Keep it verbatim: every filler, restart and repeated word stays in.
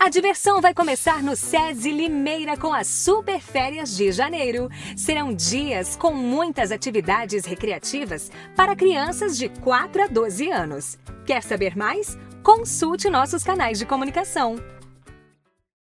A diversão vai começar no SESI Limeira com as Super Férias de Janeiro. Serão dias com muitas atividades recreativas para crianças de quatro a doze anos. Quer saber mais? Consulte nossos canais de comunicação.